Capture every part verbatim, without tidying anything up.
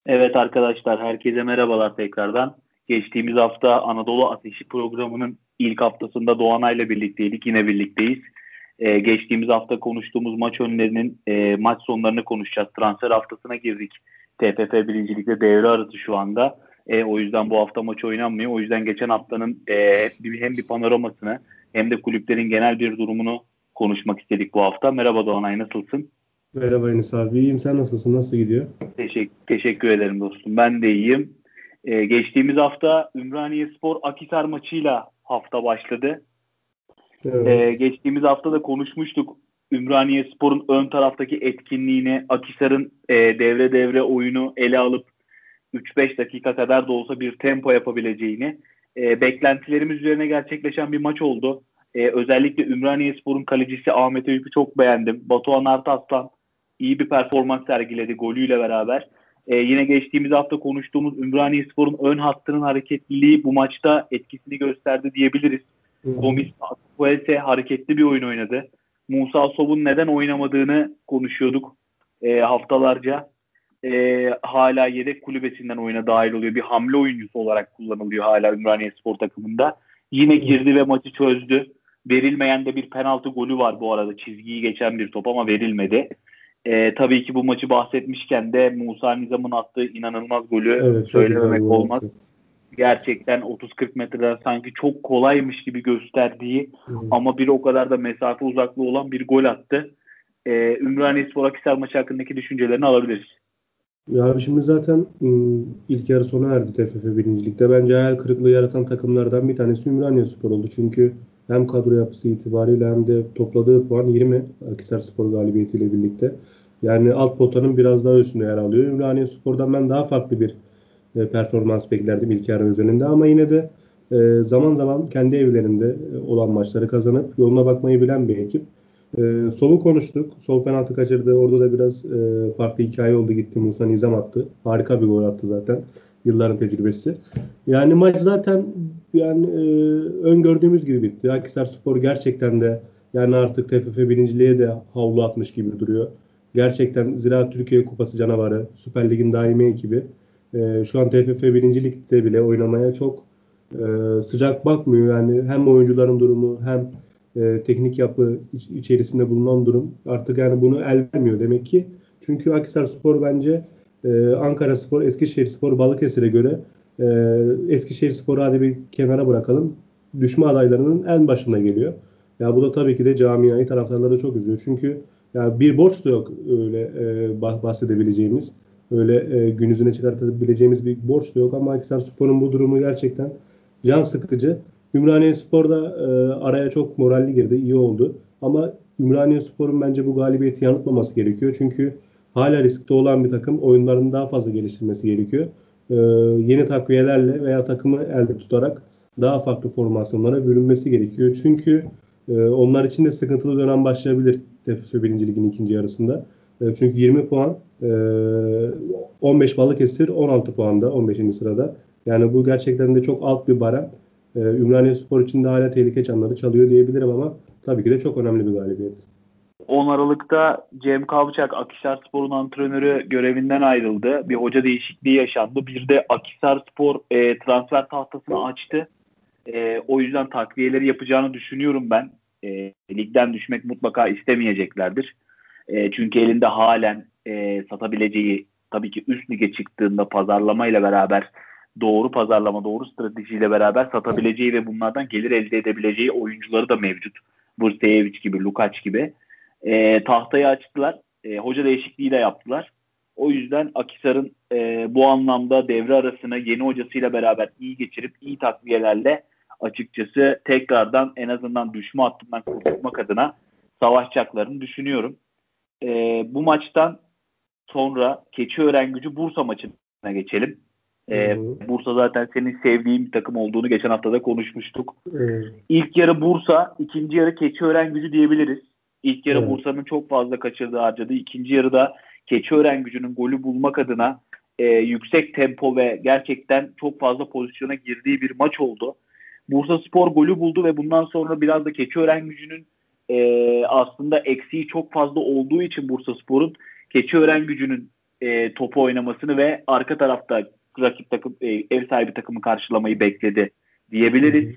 Evet arkadaşlar, herkese merhabalar tekrardan. Geçtiğimiz hafta Anadolu Ateşi programının ilk haftasında Doğanay'la birlikteydik. Yine birlikteyiz. Ee, geçtiğimiz hafta konuştuğumuz maç önlerinin e, maç sonlarını konuşacağız. Transfer haftasına girdik. T F F birincilikte devre arası şu anda. E, o yüzden bu hafta maç oynanmıyor. O yüzden geçen haftanın e, bir- hem bir panoramasını hem de kulüplerin genel bir durumunu konuşmak istedik bu hafta. Merhaba Doğanay, nasılsın? Merhaba Enis abi. İyiyim. Sen nasılsın? Nasıl gidiyor? Teşekkür, teşekkür ederim dostum. Ben de iyiyim. Ee, geçtiğimiz hafta Ümraniye Spor Akhisar maçıyla hafta başladı. Ee, Evet. geçtiğimiz hafta da konuşmuştuk. Ümraniyespor'un ön taraftaki etkinliğini, Akhisar'ın e, devre devre oyunu ele alıp üç beş dakika kadar da olsa bir tempo yapabileceğini, e, beklentilerimiz üzerine gerçekleşen bir maç oldu. E, özellikle Ümraniyespor'un kalecisi Ahmet Öykü çok beğendim. Batuhan Artaslan iyi bir performans sergiledi golüyle beraber. E, yine geçtiğimiz hafta konuştuğumuz Ümraniyespor'un ön hattının hareketliliği bu maçta etkisini gösterdi diyebiliriz. Hı hı. Gomis Atuese hareketli bir oyun oynadı. Musa Sov'un neden oynamadığını konuşuyorduk e, haftalarca. E, hala yedek kulübesinden oyuna dahil oluyor. Bir hamle oyuncusu olarak kullanılıyor hala Ümraniye Spor takımında. Yine Evet. girdi ve maçı çözdü. Verilmeyen de bir penaltı golü var bu arada. Çizgiyi geçen bir top ama verilmedi. E, tabii ki bu maçı bahsetmişken de Musa Nizam'ın attığı inanılmaz golü Evet, çok güzel bir söylememek gol olmaz. attı. Gerçekten otuz kırk metreden sanki çok kolaymış gibi gösterdiği Hı hı. ama bir o kadar da mesafe uzaklığı olan bir gol attı. E, Ümraniye Spor Akhisar maçı hakkındaki düşüncelerini alabiliriz. Ya abi şimdi zaten ım, ilk yarı sona erdi T F F birincilikte. Bence hayal kırıklığı yaratan takımlardan bir tanesi Ümraniyespor oldu. Çünkü hem kadro yapısı itibariyle hem de topladığı puan yirmi Akhisarspor galibiyetiyle birlikte. Yani alt potanın biraz daha üstünde yer alıyor. Ümraniyespor'dan ben daha farklı bir e, performans beklerdim ilk yarı özelinde ama yine de e, zaman zaman kendi evlerinde e, olan maçları kazanıp yoluna bakmayı bilen bir ekip. E, Sol'u konuştuk. Sol penaltı kaçırdı. Orada da biraz e, farklı hikaye oldu. Gitti Musa Nizam attı. Harika bir gol attı zaten. Yılların tecrübesi. Yani maç zaten yani e, öngördüğümüz gibi bitti. Akhisarspor gerçekten de yani artık T F F birinciliğe de havlu atmış gibi duruyor. Gerçekten Ziraat Türkiye Kupası canavarı, Süper Lig'in daimi ekibi. E, şu an T F F birinci Lig'de bile oynamaya çok e, sıcak bakmıyor. Yani hem oyuncuların durumu hem e, teknik yapı iç- içerisinde bulunan durum artık yani bunu el vermiyor demek ki. Çünkü Akhisarspor bence e, Ankaraspor, Eskişehirspor, Balıkesir'e göre e, Eskişehirspor'u hadi bir kenara bırakalım. Düşme adaylarının en başına geliyor. Ya bu da tabii ki de camiayı, taraftarları çok üzüyor. Çünkü ya bir borç da yok öyle e, bahsedebileceğimiz. Öyle e, gün yüzüne çıkartabileceğimiz bir borç da yok ama Akhisarspor'un bu durumu gerçekten can sıkıcı. Ümraniyespor da e, araya çok moralli girdi, iyi oldu. Ama Ümraniyespor'un bence bu galibiyeti yanıltmaması gerekiyor. Çünkü hala riskte olan bir takım oyunlarını daha fazla geliştirmesi gerekiyor. E, Yeni takviyelerle veya takımı elde tutarak daha farklı formasyonlara bürünmesi gerekiyor. Çünkü e, onlar için de sıkıntılı dönem başlayabilir T F F birinci Lig'in ikinci yarısında. E, çünkü yirmi puan, e, on beş Balıkesir on altı puanda on beşinci sırada. Yani bu gerçekten de çok alt bir barem. E, Ümraniyespor için de hala tehlike çanları çalıyor diyebilirim ama tabii ki de çok önemli bir galibiyet. on Aralık'ta Cem Kavçak Akhisarspor'un antrenörü görevinden ayrıldı. Bir hoca değişikliği yaşandı. Bir de Akhisarspor e, transfer tahtasını açtı. E, o yüzden takviyeleri yapacağını düşünüyorum ben. E, ligden düşmek mutlaka istemeyeceklerdir. E, çünkü elinde halen e, satabileceği, tabii ki üst lige çıktığında pazarlamayla beraber, doğru pazarlama, doğru stratejiyle beraber satabileceği ve bunlardan gelir elde edebileceği oyuncuları da mevcut. Burseyevic gibi, Lukaç gibi. E, tahtayı açtılar. E, hoca değişikliği de yaptılar. O yüzden Akhisar'ın e, bu anlamda devre arasını yeni hocasıyla beraber iyi geçirip iyi takviyelerle açıkçası tekrardan en azından düşme hattından kurtulmak adına savaşacaklarını düşünüyorum. E, bu maçtan sonra Keçiörengücü Bursa maçına geçelim. Hı E, hı. Bursa zaten senin sevdiğin bir takım olduğunu geçen hafta da konuşmuştuk. Evet. İlk yarı Bursa, ikinci yarı Keçiörengücü diyebiliriz. İlk yarı Evet. Bursa'nın çok fazla kaçırdığı, harcadığı. İkinci yarıda Keçiörengücü'nün golü bulmak adına e, yüksek tempo ve gerçekten çok fazla pozisyona girdiği bir maç oldu. Bursaspor golü buldu ve bundan sonra biraz da Keçiörengücü'nün e, aslında eksiği çok fazla olduğu için Bursaspor'un Keçiörengücü'nün e, topu oynamasını ve arka tarafta rakip takım, e, ev sahibi takımı karşılamayı bekledi diyebiliriz.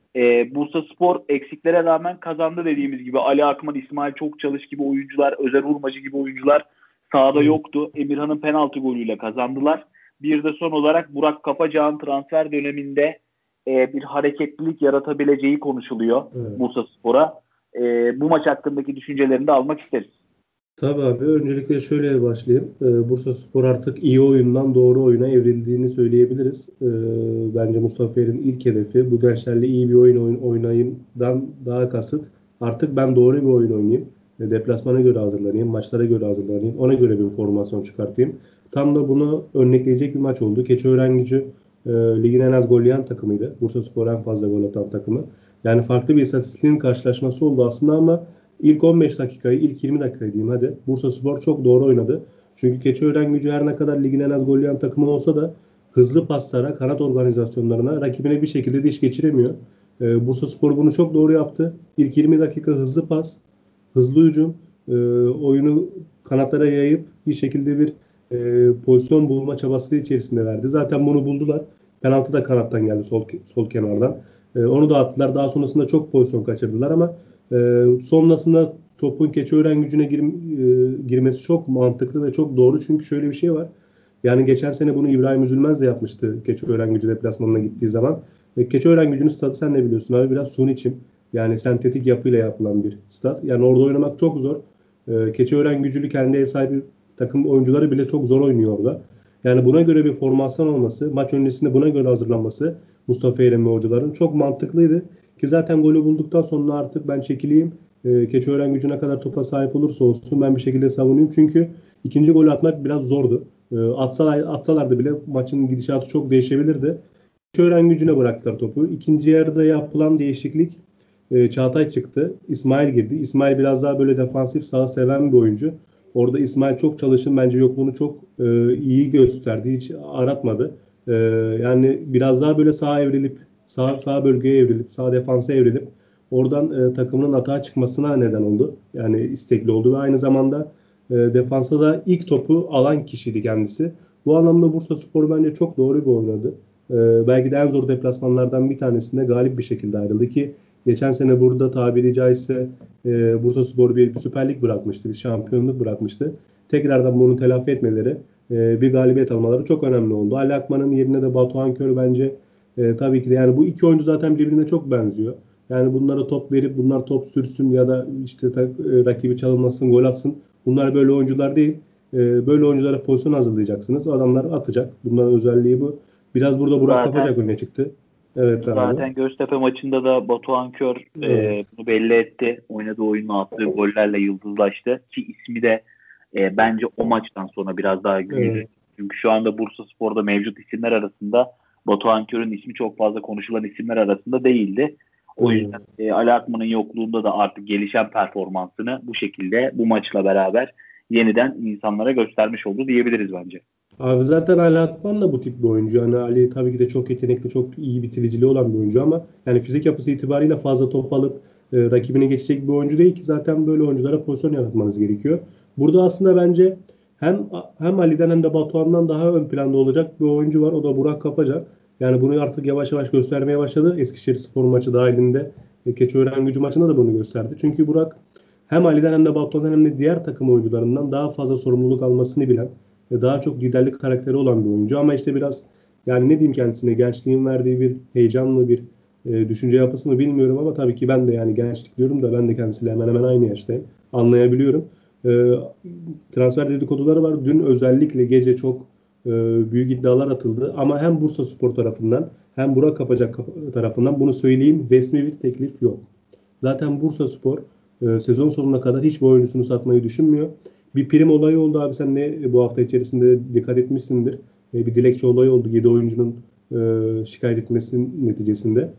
E, Bursaspor eksiklere rağmen kazandı dediğimiz gibi. Ali Akman, İsmail Çokçalış gibi oyuncular, Özer Urmacı gibi oyuncular sahada yoktu. Emirhan'ın penaltı golüyle kazandılar. Bir de son olarak Burak Kapacağ'ın transfer döneminde e, bir hareketlilik yaratabileceği konuşuluyor evet. Bursaspor'a. E, bu maç hakkındaki düşüncelerini de almak isteriz. Tabii abi. Öncelikle şöyle başlayayım. Ee, Bursaspor artık iyi oyundan doğru oyuna evrildiğini söyleyebiliriz. Ee, bence Mustafa Er'in ilk hedefi bu gençlerle iyi bir oyun, oyun oynayımdan daha kasıt. Artık ben doğru bir oyun oynayayım. Deplasmana göre hazırlanayım, maçlara göre hazırlanayım. Ona göre bir formasyon çıkartayım. Tam da bunu örnekleyecek bir maç oldu. Keçiörengucu e, ligin en az gol yiyen takımıydı. Bursaspor en fazla gol atan takımı. Yani farklı bir istatistiğin karşılaşması oldu aslında ama İlk on beş dakikayı, ilk yirmi dakikayı diyeyim hadi. Bursaspor çok doğru oynadı. Çünkü Keçiörengucu her ne kadar ligin en az gol yiyen takımı olsa da hızlı paslara, kanat organizasyonlarına rakibine bir şekilde diş geçiremiyor. Ee, Bursaspor bunu çok doğru yaptı. İlk yirmi dakika hızlı pas, hızlı hücum, e, oyunu kanatlara yayıp bir şekilde bir e, pozisyon bulma çabası içerisindelerdi. Zaten bunu buldular. Penaltı da kanattan geldi sol, sol kenardan. E, onu da attılar. Daha sonrasında çok pozisyon kaçırdılar ama e, sonrasında topun Keçiörengucu'na gir, e, girmesi çok mantıklı ve çok doğru. Çünkü şöyle bir şey var. Yani geçen sene bunu İbrahim Üzülmez de yapmıştı Keçiörengucu deplasmanına gittiği zaman. E, Keçiörengucu'nun stadı sen ne biliyorsun abi? Biraz suni çim. Yani sentetik yapıyla yapılan bir stat. Yani orada oynamak çok zor. E, Keçiörengucu'lu kendi ev sahibi takım oyuncuları bile çok zor oynuyor orada. Yani buna göre bir formasyon olması, maç öncesinde buna göre hazırlanması Mustafa Eren ve hocaların çok mantıklıydı. Ki zaten golü bulduktan sonra artık ben çekileyim. E, Keçiörengucu ne kadar topa sahip olursa olsun ben bir şekilde savunayım. Çünkü ikinci golü atmak biraz zordu. E, atsalar, atsalardı bile maçın gidişatı çok değişebilirdi. Keçiörengucu'na bıraktılar topu. İkinci yarıda yapılan değişiklik e, Çağatay çıktı. İsmail girdi. İsmail biraz daha böyle defansif saha seven bir oyuncu. Orada İsmail çok çalışın bence yokluğunu çok e, iyi gösterdi. Hiç aratmadı. E, yani biraz daha böyle sağa evrilip sağ, sağ bölgeye evrilip sağ defansa evrilip oradan e, takımının atağa çıkmasına neden oldu. Yani istekli oldu ve aynı zamanda e, defansa da ilk topu alan kişiydi kendisi. Bu anlamda Bursaspor bence çok doğru bir oynadı. E, belki de en zor deplasmanlardan bir tanesinde galip bir şekilde ayrıldı ki geçen sene burada tabiri caizse e, Bursaspor bir, bir Süper Lig bırakmıştı, bir şampiyonluk bırakmıştı. Tekrardan bunu telafi etmeleri, e, bir galibiyet almaları çok önemli oldu. Ali Akman'ın yerine de Batuhan Kör bence e, tabii ki de yani bu iki oyuncu zaten birbirine çok benziyor. Yani bunlara top verip bunlar top sürsün ya da işte ta, e, rakibi çalınmasın, gol atsın. Bunlar böyle oyuncular değil. E, böyle oyunculara pozisyon hazırlayacaksınız. Adamlar atacak. Bunların özelliği bu. Biraz burada Burak Zaten... Kapacak önüne çıktı. Evet, Zaten abi. Göztepe maçında da Batuhan Kör evet. e, bunu belli etti. Oynadığı oyunla attığı gollerle yıldızlaştı. Ki ismi de e, bence o maçtan sonra biraz daha büyüdü. Evet. Çünkü şu anda Bursaspor'da mevcut isimler arasında Batuhan Kör'ün ismi çok fazla konuşulan isimler arasında değildi. O evet. yüzden e, Ali Akman'ın yokluğunda da artık gelişen performansını bu şekilde bu maçla beraber yeniden insanlara göstermiş oldu diyebiliriz bence. Abi zaten Ali Akman da bu tip bir oyuncu. Yani Ali tabii ki de çok yetenekli, çok iyi bitiriciliği olan bir oyuncu ama yani fizik yapısı itibariyle fazla top alıp e, rakibine geçecek bir oyuncu değil ki zaten böyle oyunculara pozisyon yaratmanız gerekiyor. Burada aslında bence hem hem Ali'den hem de Batuhan'dan daha ön planda olacak bir oyuncu var. O da Burak Kapacak. Yani bunu artık yavaş yavaş göstermeye başladı. Eskişehirspor maçı dahilinde e, Keçiörengucu maçında da bunu gösterdi. Çünkü Burak hem Ali'den hem de Batuhan'dan hem de diğer takım oyuncularından daha fazla sorumluluk almasını bilen, daha çok liderlik karakteri olan bir oyuncu ama işte biraz yani ne diyeyim kendisine gençliğin verdiği bir heyecanlı bir e, düşünce yapısı mı bilmiyorum ama tabii ki ben de yani gençlik diyorum da ben de kendisiyle hemen hemen aynı yaştayım. Anlayabiliyorum. E, transfer dedikoduları var. Dün özellikle gece çok e, büyük iddialar atıldı ama hem Bursaspor tarafından hem Burak Kapacak tarafından bunu söyleyeyim resmi bir teklif yok. Zaten Bursaspor e, sezon sonuna kadar hiçbir oyuncusunu satmayı düşünmüyor. Bir prim olayı oldu abi sen ne bu hafta içerisinde dikkat etmişsindir. E, bir dilekçe olayı oldu yedi oyuncunun e, şikayet etmesinin neticesinde.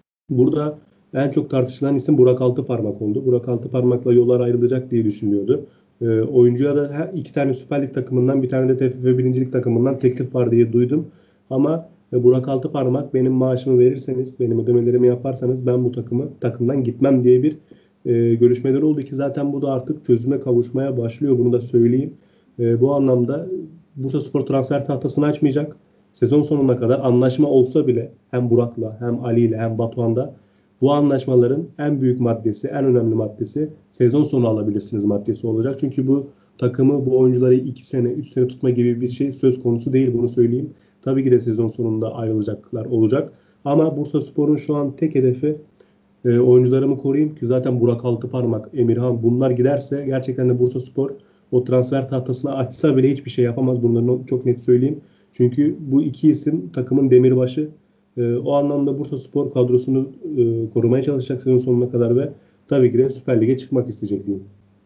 Burada en çok tartışılan isim Burak Altıparmak oldu. Burak Altıparmak'la yollar ayrılacak diye düşünülüyordu. E, oyuncuya da her, iki tane Süper Lig takımından bir tane de T F F birincilik takımından teklif var diye duydum. Ama e, Burak Altıparmak benim maaşımı verirseniz, benim ödemelerimi yaparsanız ben bu takımı takımdan gitmem diye bir E, görüşmeler oldu ki zaten bu da artık çözüme kavuşmaya başlıyor. Bunu da söyleyeyim. E, bu anlamda Bursaspor transfer tahtasını açmayacak. Sezon sonuna kadar anlaşma olsa bile hem Burak'la hem Ali'yle hem Batuhan'da bu anlaşmaların en büyük maddesi, en önemli maddesi sezon sonu alabilirsiniz maddesi olacak. Çünkü bu takımı, bu oyuncuları iki sene, üç sene tutma gibi bir şey söz konusu değil, bunu söyleyeyim. Tabii ki de sezon sonunda ayrılacaklar olacak. Ama Bursaspor'un şu an tek hedefi e, oyuncularımı koruyayım ki zaten Burak Altıparmak, Emirhan bunlar giderse gerçekten de Bursaspor o transfer tahtasını açsa bile hiçbir şey yapamaz. Bunları çok net söyleyeyim. Çünkü bu iki isim takımın demirbaşı. E, o anlamda Bursaspor kadrosunu e, korumaya çalışacak sezon sonuna kadar ve tabii ki de Süper Lig'e çıkmak isteyecek diyeyim.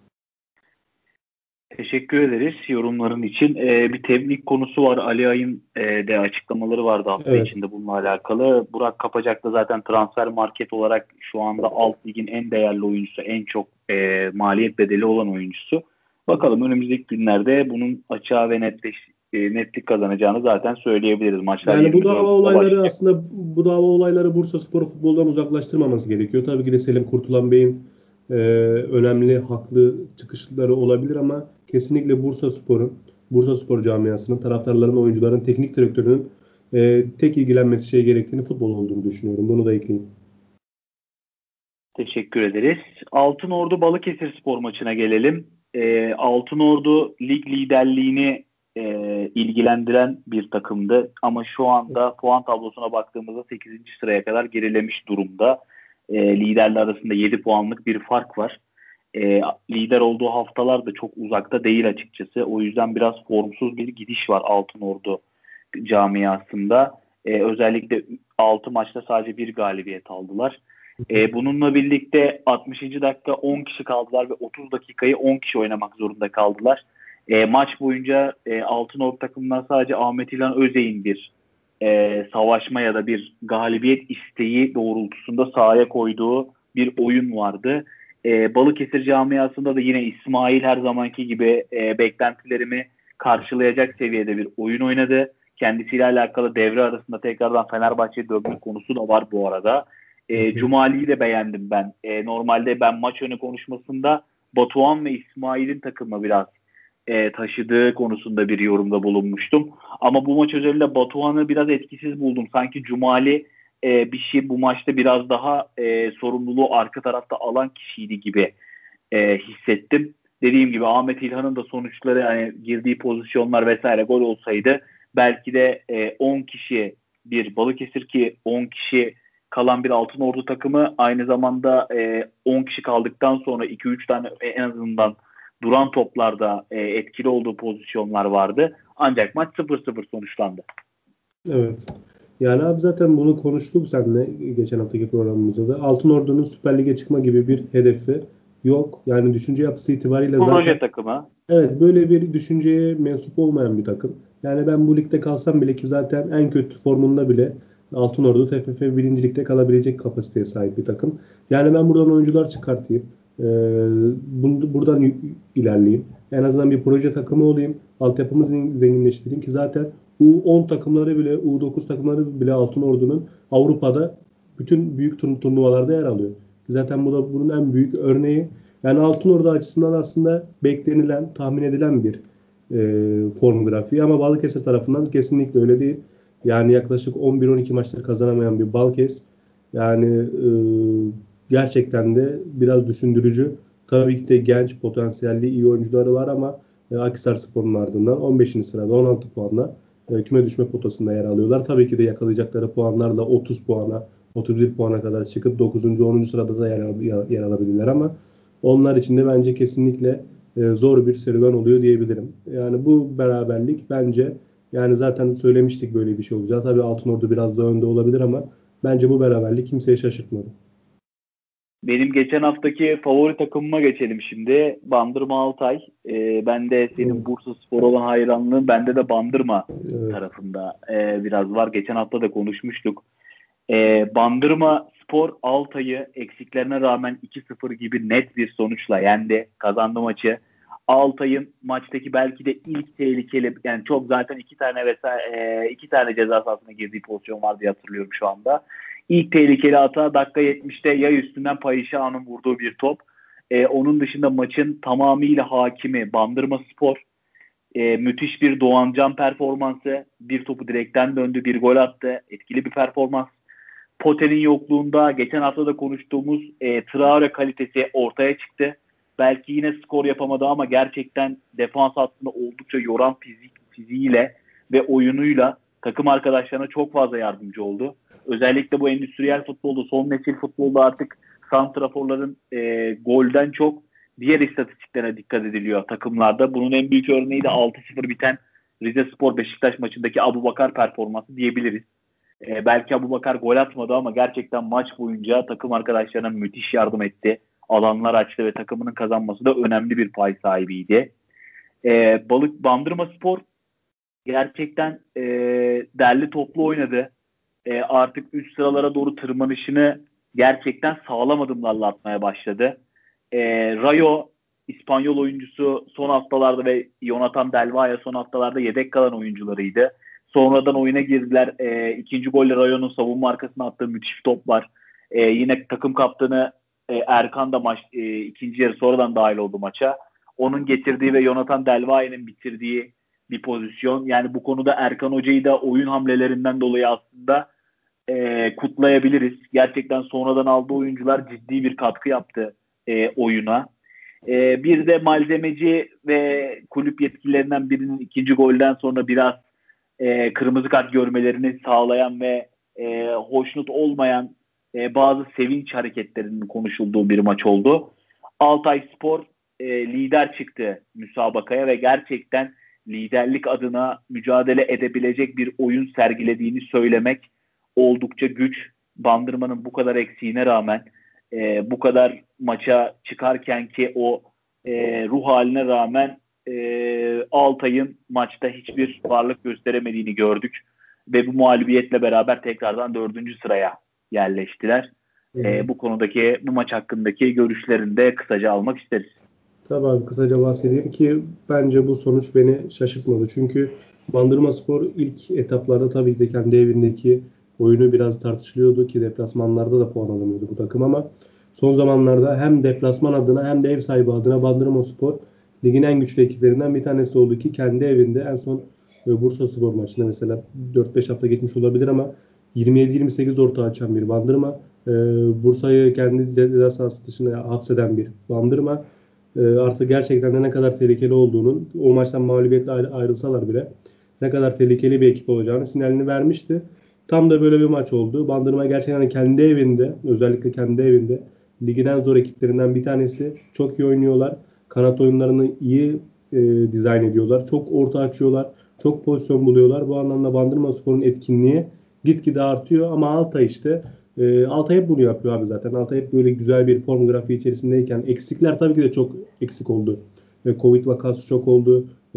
Teşekkür ederiz yorumların için. Ee, bir tebrik konusu var. Ali Ay'ın e, de açıklamaları vardı hafta evet. içinde bununla alakalı. Burak Kapacak da zaten transfer market olarak şu anda alt ligin en değerli oyuncusu, en çok e, maliyet bedeli olan oyuncusu. Bakalım önümüzdeki günlerde bunun açığa ve netleş, e, netlik kazanacağını zaten söyleyebiliriz. Maçlar yani bu dava olayları başlayacak. Aslında bu dava olayları Bursaspor'u futboldan uzaklaştırmaması gerekiyor. Tabii ki de Selim Kurtulan Bey'in e, önemli, haklı çıkışları olabilir ama kesinlikle Bursaspor'un, Bursaspor camiasının, taraftarların, oyuncuların, teknik direktörünün e, tek ilgilenmesi şey gerektiğini, futbol olduğunu düşünüyorum. Bunu da ekleyeyim. Teşekkür ederiz. Altınordu Balıkesirspor maçına gelelim. E, Altınordu lig liderliğini e, ilgilendiren bir takımdı. Ama şu anda puan tablosuna baktığımızda sekizinci sıraya kadar gerilemiş durumda. E, liderler arasında yedi puanlık bir fark var. E, lider olduğu haftalar da çok uzakta değil açıkçası. O yüzden biraz formsuz bir gidiş var Altınordu camiasında. E, özellikle altı maçta sadece bir galibiyet aldılar. E, bununla birlikte altmışıncı dakika on kişi kaldılar ve otuz dakikayı on kişi oynamak zorunda kaldılar. E, maç boyunca e, Altınordu takımından sadece Ahmet İlhan Özey'in bir e, savaşma ya da bir galibiyet isteği doğrultusunda sahaya koyduğu bir oyun vardı. E, Balıkesir camiasında da yine İsmail her zamanki gibi e, beklentilerimi karşılayacak seviyede bir oyun oynadı. Kendisiyle alakalı devre arasında tekrardan Fenerbahçe'ye dönme konusu da var bu arada. E, Cumali'yi de beğendim ben. E, normalde ben maç önü konuşmasında Batuhan ve İsmail'in takımı biraz e, taşıdığı konusunda bir yorumda bulunmuştum. Ama bu maç özelinde Batuhan'ı biraz etkisiz buldum. Sanki Cumali e, bir şey bu maçta biraz daha e, sorumluluğu arka tarafta alan kişiydi gibi e, hissettim. Dediğim gibi Ahmet İlhan'ın da sonuçları yani girdiği pozisyonlar vesaire gol olsaydı belki de e, on kişi bir Balıkesir ki on kişi kalan bir Altınordu takımı aynı zamanda e, on kişi kaldıktan sonra iki üç tane en azından duran toplarda e, etkili olduğu pozisyonlar vardı. Ancak maç sıfır sıfır sonuçlandı. Evet. Yani abi zaten bunu konuştuk seninle geçen haftaki programımızda da. Altınordu'nun Süper Lig'e çıkma gibi bir hedefi yok. Yani düşünce yapısı itibariyle Proje zaten... Proje takımı. Evet, böyle bir düşünceye mensup olmayan bir takım. Yani ben bu ligde kalsam bile ki zaten en kötü formunda bile Altınordu T F F birinci Lig'de kalabilecek kapasiteye sahip bir takım. Yani ben buradan oyuncular çıkartayım. Ee, bunu, buradan y- ilerleyeyim. En azından bir proje takımı olayım. Altyapımı zenginleştireyim ki zaten U on takımları bile, U dokuz takımları bile Altınordu'nun Avrupa'da bütün büyük turnuvalarda yer alıyor. Zaten bu da bunun en büyük örneği. Yani Altınordu açısından aslında beklenilen, tahmin edilen bir e, form grafiği ama Balıkesir tarafından kesinlikle öyle değil. Yani yaklaşık on bir on iki maçları kazanamayan bir Balıkesir. Yani e, gerçekten de biraz düşündürücü. Tabii ki de genç, potansiyelli, iyi oyuncuları var ama e, Akhisarspor'un ardından on beşinci sırada on altı puanla e, küme düşme potasında yer alıyorlar. Tabii ki de yakalayacakları puanlarla otuz puana, otuz bir puana kadar çıkıp dokuzuncu onuncu sırada da yer, al- yer alabilirler ama onlar için de bence kesinlikle e, zor bir serüven oluyor diyebilirim. Yani bu beraberlik bence yani zaten söylemiştik böyle bir şey olacağı. Tabii Altınordu biraz daha önde olabilir ama bence bu beraberlik kimseyi şaşırtmadı. Benim geçen haftaki favori takımıma geçelim şimdi. Bandırma Altay. Ee, ben de senin evet. Bursaspor olan hayranlığın bende de Bandırma evet. tarafında e, biraz var. Geçen hafta da konuşmuştuk. E, Bandırma Spor Altay'ı eksiklerine rağmen iki sıfır gibi net bir sonuçla yendi. Kazandı maçı. Altay'ın maçtaki belki de ilk tehlikeli yani çok zaten iki tane vesaire e, iki tane ceza sahasına girdiği pozisyon var diye hatırlıyorum şu anda. İlk tehlikeli hata dakika yetmişte yay üstünden Payişah'ın vurduğu bir top. E, onun dışında maçın tamamıyla hakimi Bandırma Spor. E, müthiş bir Doğancan performansı. Bir topu direkten döndü, bir gol attı. Etkili bir performans. Pote'nin yokluğunda geçen hafta da konuştuğumuz e, Traore kalitesi ortaya çıktı. Belki yine skor yapamadı ama gerçekten defans hattında oldukça yoran fizik, fiziğiyle ve oyunuyla takım arkadaşlarına çok fazla yardımcı oldu. Özellikle bu endüstriyel futbolda, son nesil futbolda artık santraforların e, golden çok diğer istatistiklere dikkat ediliyor takımlarda. Bunun en büyük örneği de altı sıfır biten Rizespor Beşiktaş maçındaki Abubakar performansı diyebiliriz. E, belki Abubakar gol atmadı ama gerçekten maç boyunca takım arkadaşlarına müthiş yardım etti. Alanlar açtı ve takımının kazanması da önemli bir pay sahibiydi. E, Balık Bandırmaspor gerçekten e, derli toplu oynadı. E, artık üst sıralara doğru tırmanışını gerçekten sağlam adımlarla atmaya başladı. E, Rayo İspanyol oyuncusu son haftalarda ve Jonathan Del Valle son haftalarda yedek kalan oyuncularıydı. Sonradan oyuna girdiler. E, ikinci golle Rayo'nun savunma arkasına attığı müthiş top var. E, yine takım kaptanı e, Erkan da maç e, ikinci yarı sonradan dahil oldu maça. Onun getirdiği ve Jonathan Del Valle'nin bitirdiği bir pozisyon. Yani bu konuda Erkan Hoca'yı da oyun hamlelerinden dolayı aslında e, kutlayabiliriz. Gerçekten sonradan aldığı oyuncular ciddi bir katkı yaptı e, oyuna. E, bir de malzemeci ve kulüp yetkililerinden birinin ikinci golden sonra biraz e, kırmızı kart görmelerini sağlayan ve e, hoşnut olmayan e, bazı sevinç hareketlerinin konuşulduğu bir maç oldu. Altayspor e, lider çıktı müsabakaya ve gerçekten liderlik adına mücadele edebilecek bir oyun sergilediğini söylemek oldukça güç. Bandırma'nın bu kadar eksiğine rağmen e, bu kadar maça çıkarken ki o e, ruh haline rağmen e, Altay'ın maçta hiçbir varlık gösteremediğini gördük. Ve bu mağlubiyetle beraber tekrardan dördüncü sıraya yerleştiler. E, bu konudaki, bu maç hakkındaki görüşlerini de kısaca almak isteriz. Tabii abi, kısaca bahsedeyim ki bence bu sonuç beni şaşırtmadı. Çünkü Bandırmaspor ilk etaplarda tabii ki de kendi evindeki oyunu biraz tartışılıyordu ki deplasmanlarda da puan alamıyordu bu takım, ama son zamanlarda hem deplasman adına hem de ev sahibi adına Bandırmaspor ligin en güçlü ekiplerinden bir tanesi oldu ki kendi evinde en son Bursaspor maçında mesela dört beş hafta geçmiş olabilir ama yirmi yedi yirmi sekiz orta açan bir Bandırma, Bursa'yı kendi ceza sahası dışına hapseden bir Bandırma, artık gerçekten de ne kadar tehlikeli olduğunun, o maçtan mağlubiyetle ayrılsalar bile ne kadar tehlikeli bir ekip olacağını sinyalini vermişti. Tam da böyle bir maç oldu. Bandırma gerçekten kendi evinde, özellikle kendi evinde ligin en zor ekiplerinden bir tanesi. Çok iyi oynuyorlar. Kanat oyunlarını iyi e, dizayn ediyorlar. Çok orta açıyorlar. Çok pozisyon buluyorlar. Bu anlamda Bandırmaspor'un etkinliği gitgide artıyor ama Altay işte e, Altay hep bunu yapıyor abi zaten. Altay hep böyle güzel bir form grafiği içerisindeyken eksikler tabii ki de çok eksik oldu. E, Covid vakası çok oldu. E,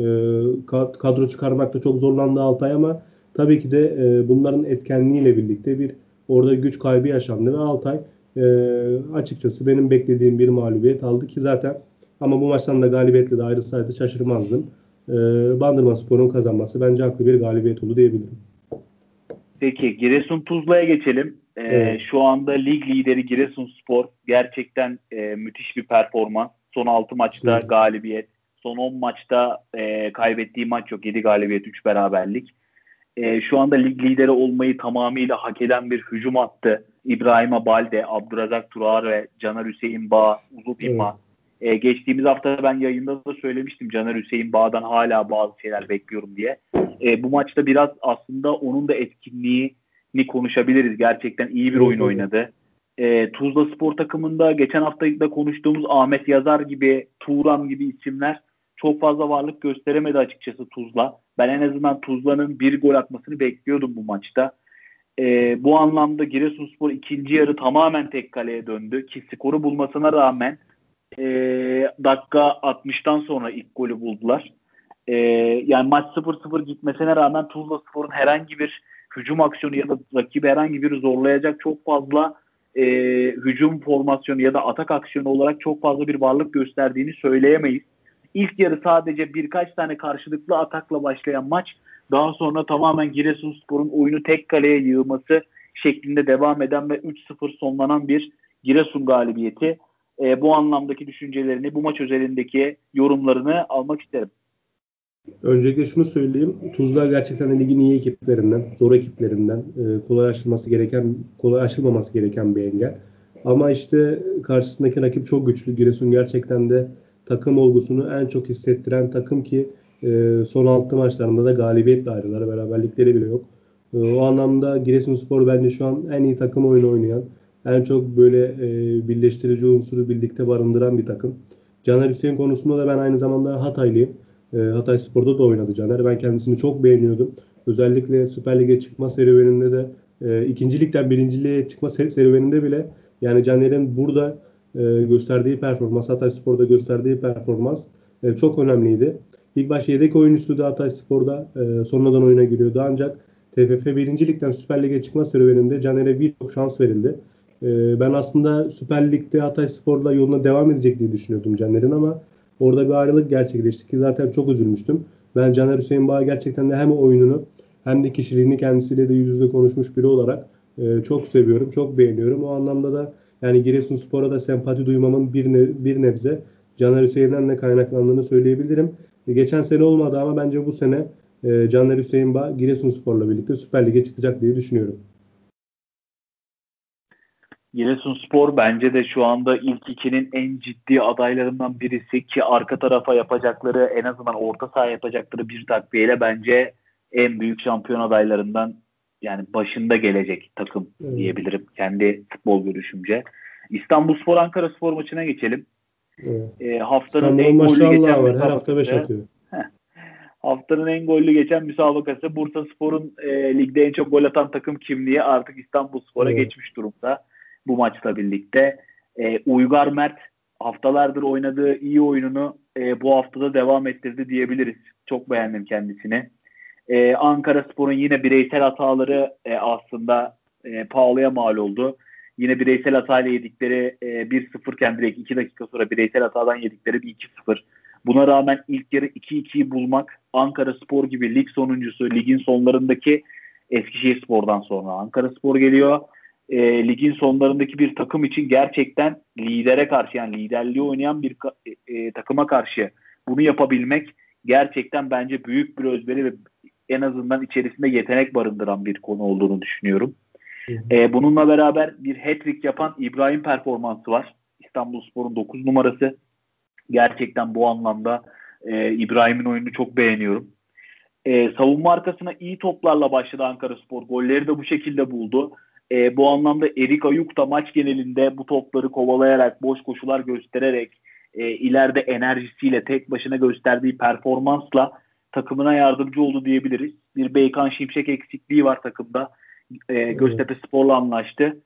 kadro çıkarmakta çok zorlandı Altay ama tabii ki de e, bunların etkenliğiyle birlikte bir orada güç kaybı yaşandı ve Altay e, açıkçası benim beklediğim bir mağlubiyet aldı ki zaten, ama bu maçtan da galibiyetle de ayrılsaydı şaşırmazdım. E, Bandırmaspor'un kazanması bence haklı bir galibiyet oldu diyebilirim. Peki Giresun Tuzla'ya geçelim. Ee, Evet. Şu anda lig lideri Giresunspor gerçekten e, müthiş bir performans. Son altı maçta Kesinlikle. galibiyet. Son on maçta e, kaybettiği maç yok. yedi galibiyet, üç beraberlik. E, şu anda lig lideri olmayı tamamıyla hak eden bir hücum attı. İbrahim Balde, Abdurazak Turar ve Caner Hüseyin Bağ, Uzun İmma. Evet. E, geçtiğimiz hafta ben yayında da söylemiştim Caner Hüseyin Bağ'dan hala bazı şeyler bekliyorum diye. E, bu maçta biraz aslında onun da etkinliğini konuşabiliriz. Gerçekten iyi bir Evet, oyun evet. oynadı. E, Tuzla Spor takımında geçen hafta da konuştuğumuz Ahmet Yazar gibi, Turan gibi isimler çok fazla varlık gösteremedi açıkçası Tuzla. Ben en azından Tuzla'nın bir gol atmasını bekliyordum bu maçta. E, bu anlamda Giresunspor ikinci yarı tamamen tek kaleye döndü ki skoru bulmasına rağmen e, dakika altmıştan sonra ilk golü buldular. E, Yani maç sıfır sıfır gitmesine rağmen Tuzlaspor'un herhangi bir hücum aksiyonu ya da rakibi herhangi bir zorlayacak çok fazla e, hücum formasyonu ya da atak aksiyonu olarak çok fazla bir varlık gösterdiğini söyleyemeyiz. İlk yarı sadece birkaç tane karşılıklı atakla başlayan maç daha sonra tamamen Giresunspor'un oyunu tek kaleye yığması şeklinde devam eden ve üç sıfır sonlanan bir Giresun galibiyeti. E, bu anlamdaki düşüncelerini, bu maç özelindeki yorumlarını almak isterim. Öncelikle şunu söyleyeyim. Tuzla gerçekten de ligin iyi ekiplerinden, zor ekiplerinden, e, kolay aşılması gereken, kolay aşılmaması gereken bir engel. Ama işte karşısındaki rakip çok güçlü. Giresun gerçekten de takım olgusunu en çok hissettiren takım ki e, son altı maçlarında da galibiyetle ayrılar. Beraberlikleri bile yok. E, o anlamda Giresunspor bence şu an en iyi takım oyunu oynayan, en çok böyle e, birleştirici unsuru birlikte barındıran bir takım. Caner Hüseyin konusunda da ben aynı zamanda Hataylıyım. E, Hatayspor'da da oynadı Caner. Ben kendisini çok beğeniyordum. Özellikle Süper Lig'e çıkma serüveninde de e, ikinci ligden birinciliğe çıkma serüveninde bile yani Caner'in burada e, gösterdiği performans, Hatayspor'da gösterdiği performans e, çok önemliydi. İlk baş yedek oyuncusuydu Hatayspor'da. E, sonradan oyuna giriyordu. Ancak T F F birinci Lig'den Süper Lig'e çıkma serüveninde Caner'e birçok şans verildi. E, ben aslında Süper Lig'de Hatayspor'la yoluna devam edecek diye düşünüyordum Caner'in ama orada bir ayrılık gerçekleşti ki zaten çok üzülmüştüm. Ben Caner Hüseyin Bağ gerçekten de hem oyununu hem de kişiliğini kendisiyle de yüz yüze konuşmuş biri olarak e, çok seviyorum, çok beğeniyorum. O anlamda da yani Giresunspor'a da sempati duymamın bir, ne, bir nebze Caner Hüseyin'den de kaynaklandığını söyleyebilirim. E, geçen sene olmadı ama bence bu sene e, Caner Hüseyin Bağ Giresunspor'la birlikte Süper Lig'e çıkacak diye düşünüyorum. Giresunspor bence de şu anda ilk ikinin en ciddi adaylarından birisi ki arka tarafa yapacakları, en azından orta saha yapacakları bir takviyeyle bence en büyük şampiyon adaylarından, yani başında gelecek takım Evet. diyebilirim kendi futbol görüşümce. İstanbulspor Ankaraspor maçına geçelim. Evet. E, haftanın İstanbul'un en gollü geçen var. Her hafta beş atıyor. Haftanın en gollü geçen müsabakası Bursaspor'un e, ligde en çok gol atan takım kimliği artık İstanbulspor'a Evet. geçmiş durumda bu maçla birlikte. E, Uygar Mert haftalardır oynadığı iyi oyununu e, bu haftada devam ettirdi diyebiliriz. Çok beğendim kendisini. E, Ankaraspor'un yine bireysel hataları e, aslında e, pahalıya mal oldu. Yine bireysel hatayla yedikleri e, bir sıfır direkt iki dakika sonra bireysel hatadan yedikleri bir iki sıfır. Buna rağmen ilk yarı iki ikiyi bulmak Ankaraspor gibi lig sonuncusu, ligin sonlarındaki Eskişehirspor'dan sonra Ankaraspor geliyor. E, ligin sonlarındaki bir takım için gerçekten lidere karşı, yani liderliği oynayan bir e, takıma karşı bunu yapabilmek gerçekten bence büyük bir özveri ve en azından içerisinde yetenek barındıran bir konu olduğunu düşünüyorum. E, bununla beraber bir hat-trick yapan İbrahim performansı var. İstanbulspor'un dokuz numarası. Gerçekten bu anlamda e, İbrahim'in oyununu çok beğeniyorum. E, savunma arkasına iyi toplarla başladı Ankaraspor. Golleri de bu şekilde buldu. E, bu anlamda Erik Ayuk da maç genelinde bu topları kovalayarak, boş koşular göstererek, e, ileride enerjisiyle, tek başına gösterdiği performansla takımına yardımcı oldu diyebiliriz. Bir Beykan Şimşek eksikliği var takımda. E, Göztepe Spor'la anlaştı.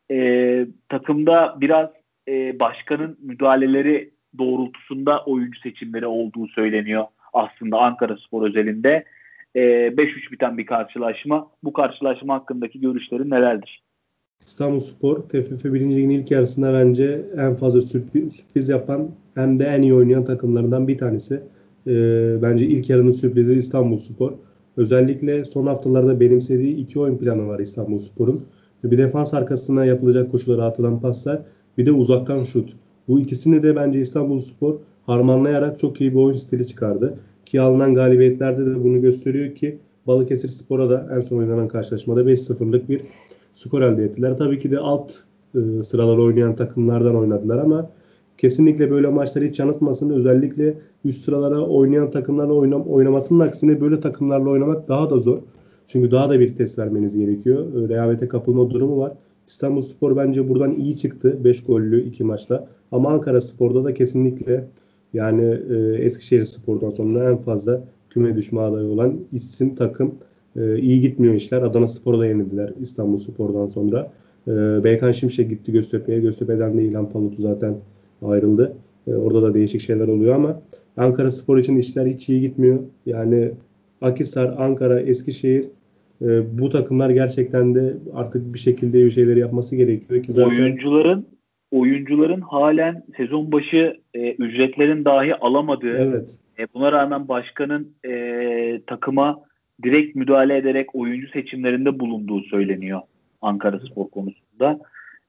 E, takımda biraz e, başkanın müdahaleleri doğrultusunda oyuncu seçimleri olduğu söyleniyor aslında Ankaraspor özelinde. E, beş üç biten bir karşılaşma. Bu karşılaşma hakkındaki görüşlerin nelerdir? İstanbulspor T F F birinci Lig'in ilk yarısında bence en fazla sürpriz, sürpriz yapan hem de en iyi oynayan takımlarından bir tanesi. Ee, bence ilk yarının sürprizi İstanbulspor. Özellikle son haftalarda benimsediği iki oyun planı var İstanbulspor'un. Bir defans arkasına yapılacak koşulara atılan paslar, bir de uzaktan şut. Bu ikisini de bence İstanbulspor harmanlayarak çok iyi bir oyun stili çıkardı. Ki alınan galibiyetlerde de bunu gösteriyor ki Balıkesirspor'a da en son oynanan karşılaşmada beş sıfırlık bir skor elde ettiler. Tabii ki de alt e, sıralar oynayan takımlardan oynadılar ama kesinlikle böyle maçları hiç yanıltmasın. Özellikle üst sıralara oynayan takımlarla oynam oynamasının aksine böyle takımlarla oynamak daha da zor. Çünkü daha da bir test vermeniz gerekiyor. E, rehavete kapılma durumu var. İstanbulspor bence buradan iyi çıktı. beş gollü iki maçta. Ama Ankaraspor'da da kesinlikle yani e, Eskişehirspor'dan sonra en fazla küme düşme adayı olan isim takım. Ee, iyi gitmiyor işler. Adanaspor'a da yenildiler İstanbulspor'dan sonra. Ee, Beykan Şimşek gitti Göztepe'ye. Göztepe'den de İlhan Palut zaten ayrıldı. Ee, orada da değişik şeyler oluyor ama Ankaraspor için işler hiç iyi gitmiyor. Yani Akhisar, Ankara, Eskişehir e, bu takımlar gerçekten de artık bir şekilde bir şeyler yapması gerekiyor ki zaten oyuncuların oyuncuların halen sezon başı e, ücretlerin dahi alamadığı, evet. e, buna rağmen başkanın e, takıma direkt müdahale ederek oyuncu seçimlerinde bulunduğu söyleniyor Ankaraspor konusunda.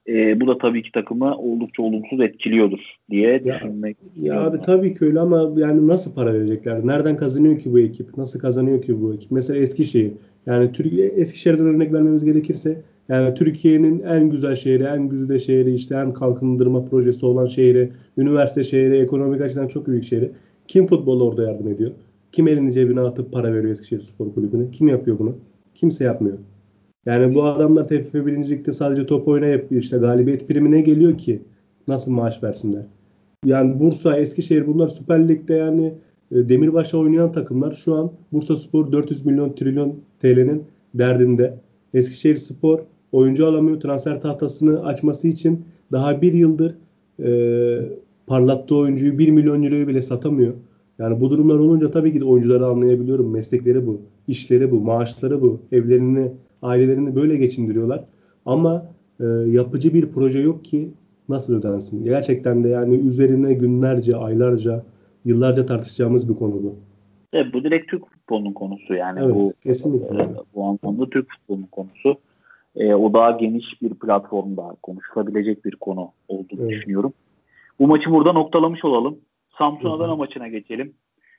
E, bu da tabii ki takımı oldukça olumsuz etkiliyordur diye Ya, düşünmek ya abi ben. tabii ki öyle ama yani nasıl para verecekler? Nereden kazanıyor ki bu ekip? Nasıl kazanıyor ki bu ekip? Mesela Eskişehir. Yani Türkiye, Eskişehir'den örnek vermemiz gerekirse yani Türkiye'nin en güzel şehri, en güzide şehri, işte en kalkındırma projesi olan şehri, üniversite şehri, ekonomik açıdan çok büyük şehri. Kim futbolu orada yardım ediyor? Kim elini cebine atıp para veriyor Eskişehir Spor Kulübü'ne? Kim yapıyor bunu? Kimse yapmıyor. Yani bu adamlar T F F birinci Lig'de sadece top oynayıp işte galibiyet primine geliyor ki nasıl maaş versinler? Yani Bursa, Eskişehir bunlar Süper Lig'de yani e, demirbaşa oynayan takımlar. Şu an Bursaspor dört yüz milyon trilyon T L'nin derdinde. Eskişehirspor oyuncu alamıyor. Transfer tahtasını açması için daha bir yıldır e, parlattığı oyuncuyu bir milyon euroyu bile satamıyor. Yani bu durumlar olunca tabii ki de oyuncuları anlayabiliyorum. Meslekleri bu, işleri bu, maaşları bu, evlerini, ailelerini böyle geçindiriyorlar. Ama e, yapıcı bir proje yok ki nasıl ödensin? Gerçekten de yani üzerine günlerce, aylarca, yıllarca tartışacağımız bir konu bu. Evet, bu direkt Türk futbolunun konusu yani Evet, bu kesinlikle e, öyle. bu anlamda Türk futbolunun konusu. E, o daha geniş bir platformda konuşulabilecek bir konu olduğunu Evet. düşünüyorum. Bu maçı burada noktalamış olalım. Hı Samsun hı. Adana maçına geçelim.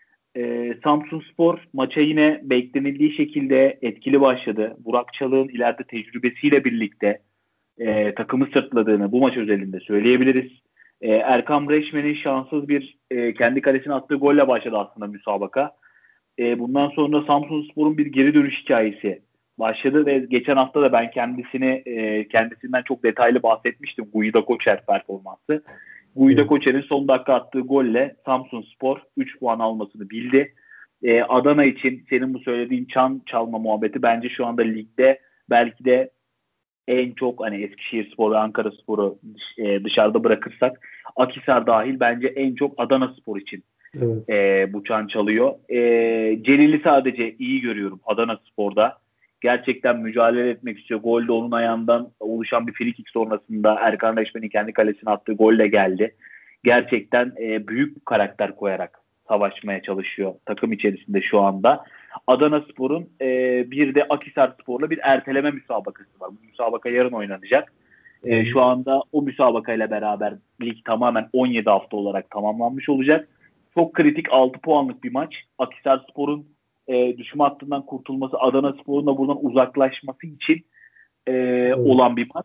E, Samsunspor maça yine beklenildiği şekilde etkili başladı. Burak Çalık'ın ileride tecrübesiyle birlikte e, takımı sırtladığını bu maç özelinde söyleyebiliriz. E, Erkan Breşmen'in şanssız bir e, kendi kalesine attığı golle başladı aslında müsabaka. E, bundan sonra Samsunspor'un bir geri dönüş hikayesi başladı ve geçen hafta da ben kendisini e, kendisinden çok detaylı bahsetmiştim. Guido Koçer performansı. Guido Evet. Koçer'in son dakika attığı golle Samsunspor üç puan almasını bildi. E, Adana için senin bu söylediğin çan çalma muhabbeti bence şu anda ligde belki de en çok hani Eskişehirspor ve Ankaraspor'u e, dışarıda bırakırsak Akhisar dahil bence en çok Adanaspor için Evet. e, bu çan çalıyor. E, Celil'i sadece iyi görüyorum Adanaspor'da. Gerçekten mücadele etmek istiyor. Gol de onun ayağından oluşan bir free kick sonrasında Erkan Reşmen'in kendi kalesine attığı golle geldi. Gerçekten e, büyük karakter koyarak savaşmaya çalışıyor takım içerisinde şu anda. Adanaspor'un e, bir de Akhisarspor'la bir erteleme müsabakası var. Bu müsabaka yarın oynanacak. E, Hı. şu anda o müsabakayla beraber lig tamamen on yedi hafta olarak tamamlanmış olacak. Çok kritik altı puanlık bir maç. Akhisarspor'un e, düşme hattından kurtulması, Adanaspor'un da buradan uzaklaşması için e, Evet. olan bir maç.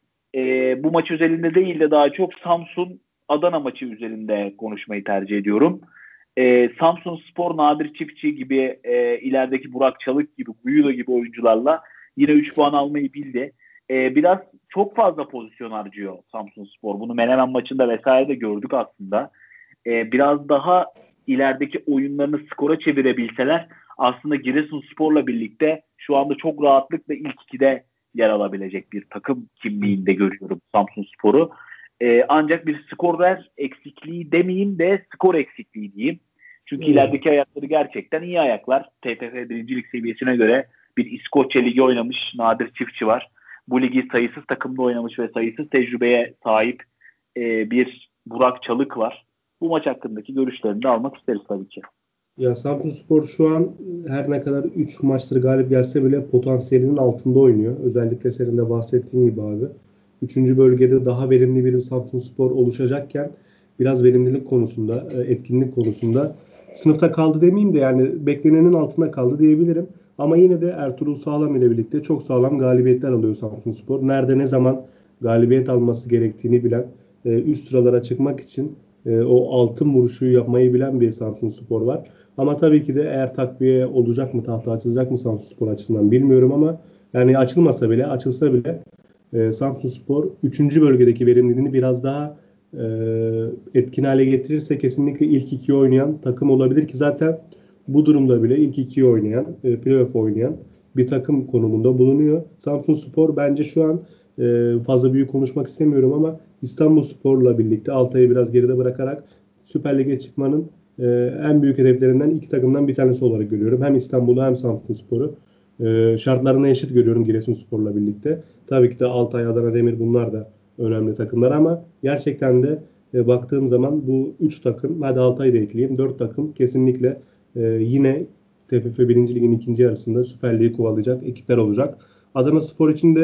E, bu maç özelinde değil de daha çok Samsun Adana maçı üzerinde konuşmayı tercih ediyorum. E, Samsunspor Nadir Çiftçi gibi e, ilerideki Burak Çalık gibi Guido gibi oyuncularla yine üç puan almayı bildi. E, biraz çok fazla pozisyon harcıyor Samsunspor. Bunu Menemen maçında vesaire de gördük aslında. E, biraz daha ilerideki oyunlarını skora çevirebilseler aslında Giresunspor'la birlikte şu anda çok rahatlıkla ilk ikide yer alabilecek bir takım kimliğinde görüyorum Samsunspor'u. E, ancak bir skorer eksikliği demeyeyim de skor eksikliği diyeyim. Çünkü Evet. ilerideki ayakları gerçekten iyi ayaklar. T F F birincilik seviyesine göre bir İskoçya Ligi oynamış Nadir Çiftçi var. Bu ligi sayısız takımda oynamış ve sayısız tecrübeye sahip e, bir Burak Çalık var. Bu maç hakkındaki görüşlerini de almak isteriz tabii ki. Ya Samsunspor şu an her ne kadar üç maçtır galip gelse bile potansiyelinin altında oynuyor. Özellikle senin de bahsettiğin gibi abi. Üçüncü bölgede daha verimli bir Samsunspor oluşacakken biraz verimlilik konusunda, etkinlik konusunda sınıfta kaldı demeyeyim de yani beklenenin altında kaldı diyebilirim. Ama yine de Ertuğrul Sağlam ile birlikte çok sağlam galibiyetler alıyor Samsunspor. Nerede ne zaman galibiyet alması gerektiğini bilen, üst sıralara çıkmak için o altın vuruşu yapmayı bilen bir Samsunspor var. Ama tabii ki de eğer takviye olacak mı, tahta açılacak mı Samsunspor açısından bilmiyorum ama yani açılmasa bile, açılsa bile e, Samsunspor üçüncü bölgedeki verimliliğini biraz daha e, etkin hale getirirse kesinlikle ilk ikiye oynayan takım olabilir ki zaten bu durumda bile ilk ikiye oynayan, e, playoff oynayan bir takım konumunda bulunuyor. Samsunspor bence şu an e, fazla büyük konuşmak istemiyorum ama İstanbulspor'la birlikte Altay'ı biraz geride bırakarak Süper Lig'e çıkmanın e, en büyük hedeflerinden iki takımdan bir tanesi olarak görüyorum. Hem İstanbul'u hem Samsunspor'u. E, şartlarına eşit görüyorum Giresunspor'la birlikte. Tabii ki de Altay, Adana Demir bunlar da önemli takımlar ama gerçekten de e, baktığım zaman bu üç takım, hadi Altay'ı da ekleyeyim, dört takım kesinlikle e, yine T F F birinci Lig'in ikinci yarısında Süper Lig'i kovalayacak ekipler olacak. Adana Spor için de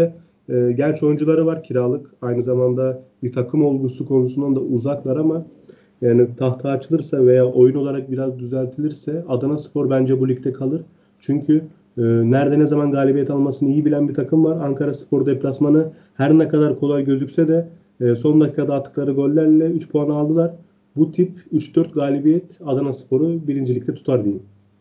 E, gerçi oyuncuları var kiralık. Aynı zamanda bir takım olgusu konusundan da uzaklar ama yani tahta açılırsa veya oyun olarak biraz düzeltilirse Adanaspor bence bu ligde kalır. Çünkü e, nerede ne zaman galibiyet almasını iyi bilen bir takım var. Ankaraspor deplasmanı her ne kadar kolay gözükse de e, son dakikada attıkları gollerle üç puan aldılar. Bu tip üç dört galibiyet Adanaspor'u birincilikte tutar diyeyim.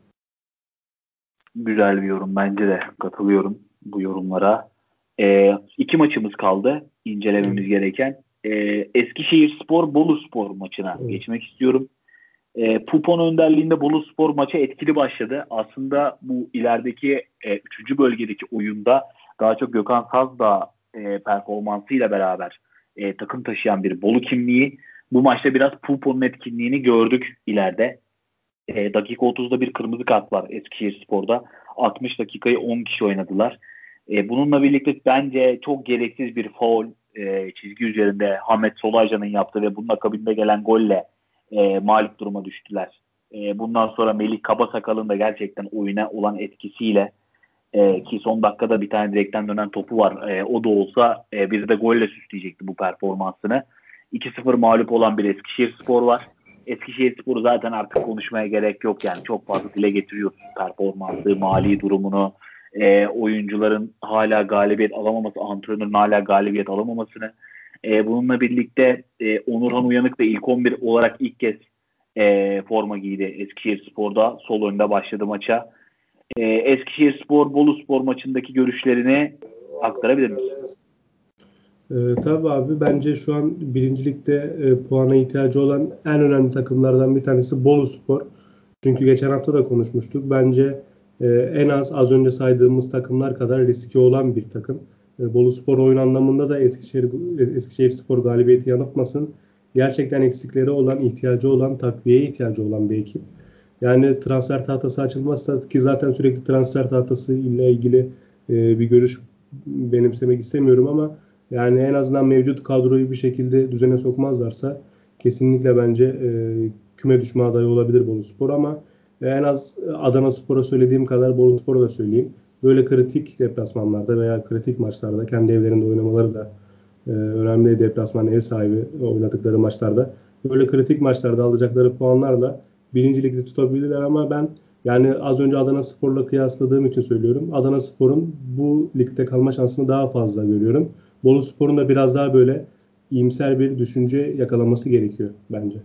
Güzel bir yorum. Bence de katılıyorum bu yorumlara. Ee, iki maçımız kaldı incelememiz Evet. gereken. Ee, Eskişehirspor Boluspor maçına Evet. geçmek istiyorum. Ee, Pupon önderliğinde Boluspor maça etkili başladı. Aslında bu ilerideki e, üçüncü bölgedeki oyunda daha çok Gökhan Sazdağ e, performansıyla beraber e, takım taşıyan bir Bolu kimliği. Bu maçta biraz Pupon'un etkinliğini gördük ileride. E, dakika otuzda bir kırmızı kart var Eskişehirspor'da. altmış dakikayı on kişi oynadılar. E, bununla birlikte bence çok gereksiz bir faul e, çizgi üzerinde Hamet Solaycan'ın yaptığı ve bunun akabinde gelen golle e, mağlup duruma düştüler. E, bundan sonra Melih Kabasakal'ın da gerçekten oyuna olan etkisiyle e, ki son dakikada bir tane direkten dönen topu var. E, o da olsa e, bir de golle süsleyecekti bu performansını. iki sıfır mağlup olan bir Eskişehirspor var. Eskişehirspor'u zaten artık konuşmaya gerek yok yani. Çok fazla dile getiriyoruz performansı, mali durumunu, e, oyuncuların hala galibiyet alamaması, antrenörün hala galibiyet alamamasını. E, bununla birlikte e, Onurhan Uyanık da ilk on bir olarak ilk kez e, forma giydi Eskişehirspor'da. Sol önde başladı maça. E, Eskişehirspor Boluspor maçındaki görüşlerini aktarabilir misin? Ee, tabii abi bence şu an birincilikte e, puana ihtiyacı olan en önemli takımlardan bir tanesi Boluspor. Çünkü geçen hafta da konuşmuştuk. Bence e, en az az önce saydığımız takımlar kadar riski olan bir takım. E, Boluspor oyun anlamında da Eskişehir, Eskişehirspor galibiyeti yanıltmasın. Gerçekten eksikleri olan, ihtiyacı olan, takviyeye ihtiyacı olan bir ekip. Yani transfer tahtası açılmazsa ki zaten sürekli transfer tahtası ile ilgili e, bir görüş benimsemek istemiyorum ama yani en azından mevcut kadroyu bir şekilde düzene sokmazlarsa kesinlikle bence e, küme düşme adayı olabilir Boluspor ama en az Adanaspor'a söylediğim kadar Boluspor'a da söyleyeyim. Böyle kritik deplasmanlarda veya kritik maçlarda kendi evlerinde oynamaları da e, önemli. Deplasman ev sahibi oynadıkları maçlarda böyle kritik maçlarda alacakları puanlarla birincilikte tutabilirler ama ben yani az önce Adanaspor'la kıyasladığım için söylüyorum. Adanaspor'un bu ligde kalma şansını daha fazla görüyorum. Boluspor'un da biraz daha böyle iyimser bir düşünce yakalaması gerekiyor bence.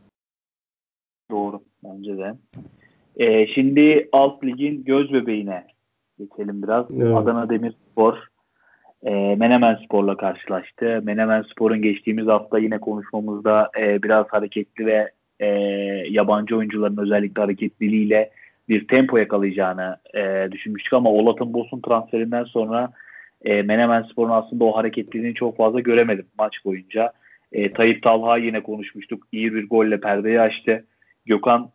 Doğru. Bence de. E, şimdi alt ligin göz bebeğine geçelim biraz. Evet. Adana Demirspor e, Menemenspor'la karşılaştı. Menemenspor'un geçtiğimiz hafta yine konuşmamızda e, biraz hareketli ve e, yabancı oyuncuların özellikle hareketliliğiyle bir tempo yakalayacağını e, düşünmüştük ama Olat'ın Bos'un transferinden sonra e, Menemenspor'un aslında o hareketliliğini çok fazla göremedim maç boyunca. E, Tayyip Talha yine konuşmuştuk. İyi bir golle perdeyi açtı. Gökhan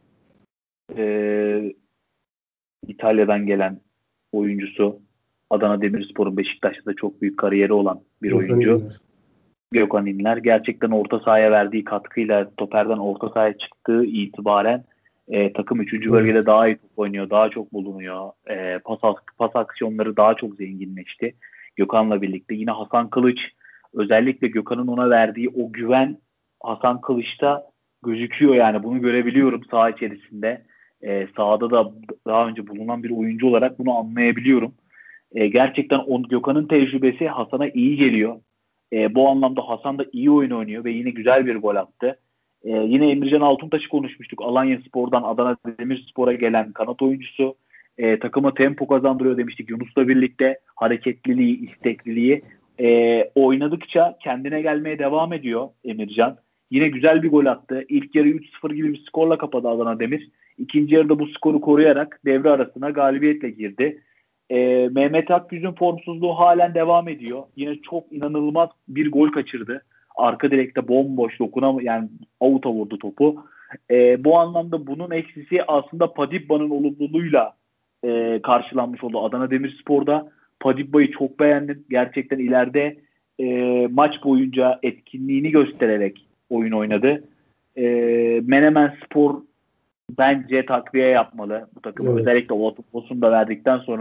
e, İtalya'dan gelen oyuncusu. Adana Demirspor'un Beşiktaş'ta da çok büyük kariyeri olan bir Gökhan oyuncu. İnler. Gökhan İnler gerçekten orta sahaya verdiği katkıyla stoperden orta sahaya çıktığı itibaren e, takım üçüncü Evet. bölgede daha iyi top oynuyor, daha çok bulunuyor. E, pas, pas aksiyonları daha çok zenginleşti. Gökhan'la birlikte yine Hasan Kılıç, özellikle Gökhan'ın ona verdiği o güven Hasan Kılıç'ta gözüküyor yani bunu görebiliyorum saha içerisinde. E, sahada da daha önce bulunan bir oyuncu olarak bunu anlayabiliyorum. E, gerçekten on, Gökhan'ın tecrübesi Hasan'a iyi geliyor. E, bu anlamda Hasan da iyi oyun oynuyor ve yine güzel bir gol attı. E, yine Emircan Altuntaş'ı konuşmuştuk. Alanyaspor'dan Adana Demirspor'a gelen kanat oyuncusu. E, takıma tempo kazandırıyor demiştik. Yunus'la birlikte hareketliliği, istekliliği e, oynadıkça kendine gelmeye devam ediyor Emircan. Yine güzel bir gol attı. İlk yarı üç sıfır gibi bir skorla kapadı Adana Demir. İkinci yarıda bu skoru koruyarak devre arasına galibiyetle girdi. E, Mehmet Akgüz'ün formsuzluğu halen devam ediyor. Yine çok inanılmaz bir gol kaçırdı. Arka direkte bomboş dokunam yani avuta vurdu topu. E, bu anlamda bunun eksisi aslında Padibba'nın olumluluğuyla e, karşılanmış oldu Adana Demirspor'da. Padibba'yı çok beğendim. Gerçekten ileride e, maç boyunca etkinliğini göstererek oyun oynadı. E, Menemenspor bence takviye yapmalı bu takımı. Evet. Özellikle Olat'ın da verdikten sonra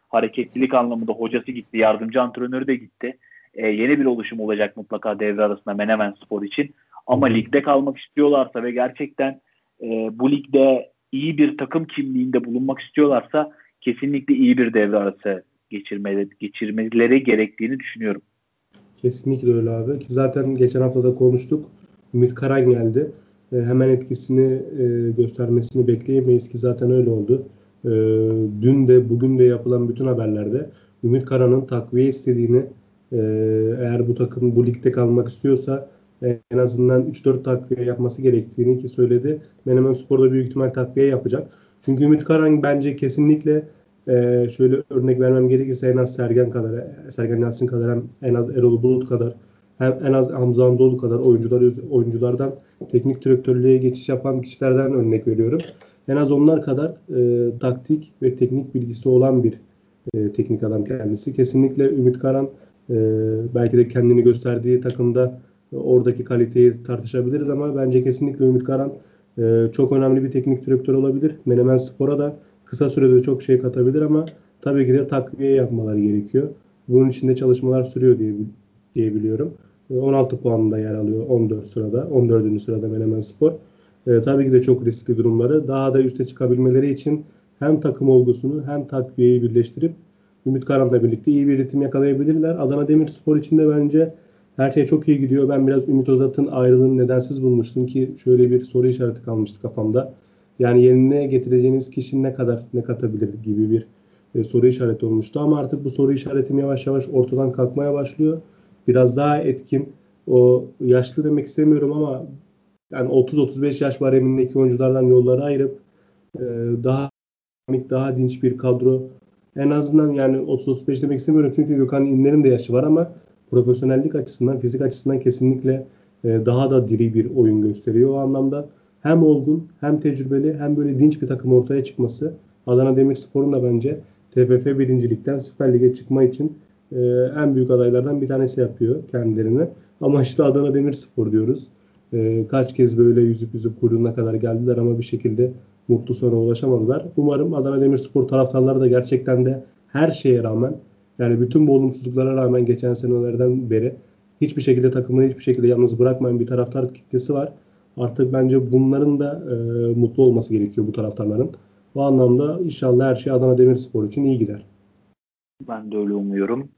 Hareketlilik anlamında hocası gitti, yardımcı antrenörü de gitti. E, yeni bir oluşum olacak mutlaka devre arasında Menemenspor için. Ama ligde kalmak istiyorlarsa ve gerçekten e, bu ligde iyi bir takım kimliğinde bulunmak istiyorlarsa kesinlikle iyi bir devre arası geçirmeleri, geçirmeleri gerektiğini düşünüyorum. Kesinlikle öyle abi. Ki zaten geçen hafta da konuştuk. Ümit Karan geldi. E, hemen etkisini e, göstermesini bekleyemeyiz ki zaten öyle oldu. E, dün de bugün de yapılan bütün haberlerde Ümit Karan'ın takviye istediğini, e, eğer bu takım bu ligde kalmak istiyorsa e, en azından üç dört takviye yapması gerektiğini ki söyledi. Menemenspor'da büyük ihtimal takviye yapacak. Çünkü Ümit Karan bence kesinlikle Ee, şöyle örnek vermem gerekirse en az Sergen kadar, Sergen Yalçın kadar, hem en az Erol Bulut kadar, hem en az Hamza Hamzoğlu kadar oyuncular oyunculardan teknik direktörlüğe geçiş yapan kişilerden örnek veriyorum. En az onlar kadar e, taktik ve teknik bilgisi olan bir e, teknik adam kendisi. Kesinlikle Ümit Karan e, belki de kendini gösterdiği takımda e, oradaki kaliteyi tartışabiliriz ama bence kesinlikle Ümit Karan e, çok önemli bir teknik direktör olabilir. Menemenspor'a da kısa sürede çok şey katabilir ama tabii ki de takviye yapmaları gerekiyor. Bunun için de çalışmalar sürüyor diye, diye biliyorum. on altı puanında yer alıyor on dört sırada. on dördüncü sırada Menemenspor. E, tabii ki de çok riskli durumları. Daha da üste çıkabilmeleri için hem takım olgusunu hem takviyeyi birleştirip Ümit Karan'la birlikte iyi bir ritim yakalayabilirler. Adana Demirspor için de bence her şey çok iyi gidiyor. Ben biraz Ümit Özat'ın ayrılığını nedensiz bulmuştum ki şöyle bir soru işareti kalmıştı kafamda. Yani yerine getireceğiniz kişi ne kadar ne katabilir gibi bir e, soru işareti olmuştu. Ama artık bu soru işaretim yavaş yavaş ortadan kalkmaya başlıyor. Biraz daha etkin, o yaşlı demek istemiyorum ama yani otuz otuz beş yaş baremindeki oyunculardan yolları ayırıp e, daha daha dinç bir kadro. En azından yani otuz otuz beş demek istemiyorum çünkü Gökhan İnler'in de yaşı var ama profesyonellik açısından, fizik açısından kesinlikle e, daha da diri bir oyun gösteriyor. O anlamda hem olgun, hem tecrübeli, hem böyle dinç bir takım ortaya çıkması Adana Demirspor'un da bence T F F birincilikten Süper Lig'e çıkma için e, en büyük adaylardan bir tanesi yapıyor kendilerine. Ama işte Adana Demirspor diyoruz. E, kaç kez böyle yüzüp yüzüp kuyruğuna kadar geldiler ama bir şekilde mutlu sona ulaşamadılar. Umarım Adana Demirspor taraftarları da gerçekten de her şeye rağmen, yani bütün bu olumsuzluklara rağmen geçen senelerden beri hiçbir şekilde takımını hiçbir şekilde yalnız bırakmayan bir taraftar kitlesi var. Artık bence bunların da e, mutlu olması gerekiyor bu taraftarların. Bu anlamda inşallah her şey Adana Demirspor için iyi gider. Ben de öyle umuyorum.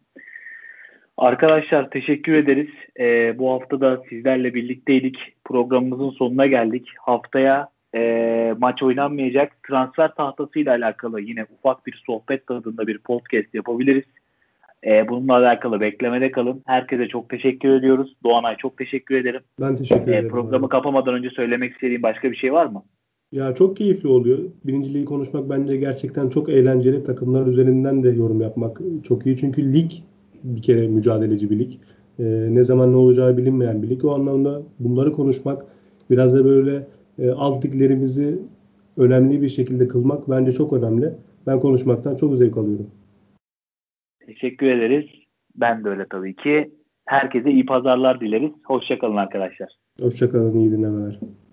Arkadaşlar teşekkür ederiz. Ee, bu hafta da sizlerle birlikteydik. Programımızın sonuna geldik. Haftaya e, maç oynanmayacak. Transfer tahtasıyla alakalı yine ufak bir sohbet tadında bir podcast yapabiliriz. Ee, bununla alakalı beklemede kalın. Herkese çok teşekkür ediyoruz. Doğanay çok teşekkür ederim. Ben teşekkür Ee, ederim. programı Abi. kapamadan önce söylemek istediğim başka bir şey var mı? Ya çok keyifli oluyor. Birinciliği konuşmak bence gerçekten çok eğlenceli. Takımlar üzerinden de yorum yapmak çok iyi. Çünkü lig bir kere mücadeleci bir lig. Ee, ne zaman ne olacağı bilinmeyen bir lig. O anlamda bunları konuşmak, biraz da böyle e, alt liglerimizi önemli bir şekilde kılmak bence çok önemli. Ben konuşmaktan çok zevk alıyorum. Teşekkür ederiz. Ben de öyle tabii ki. Herkese iyi pazarlar dileriz. Hoşça kalın arkadaşlar. Hoşça kalın, iyi dinlemeler.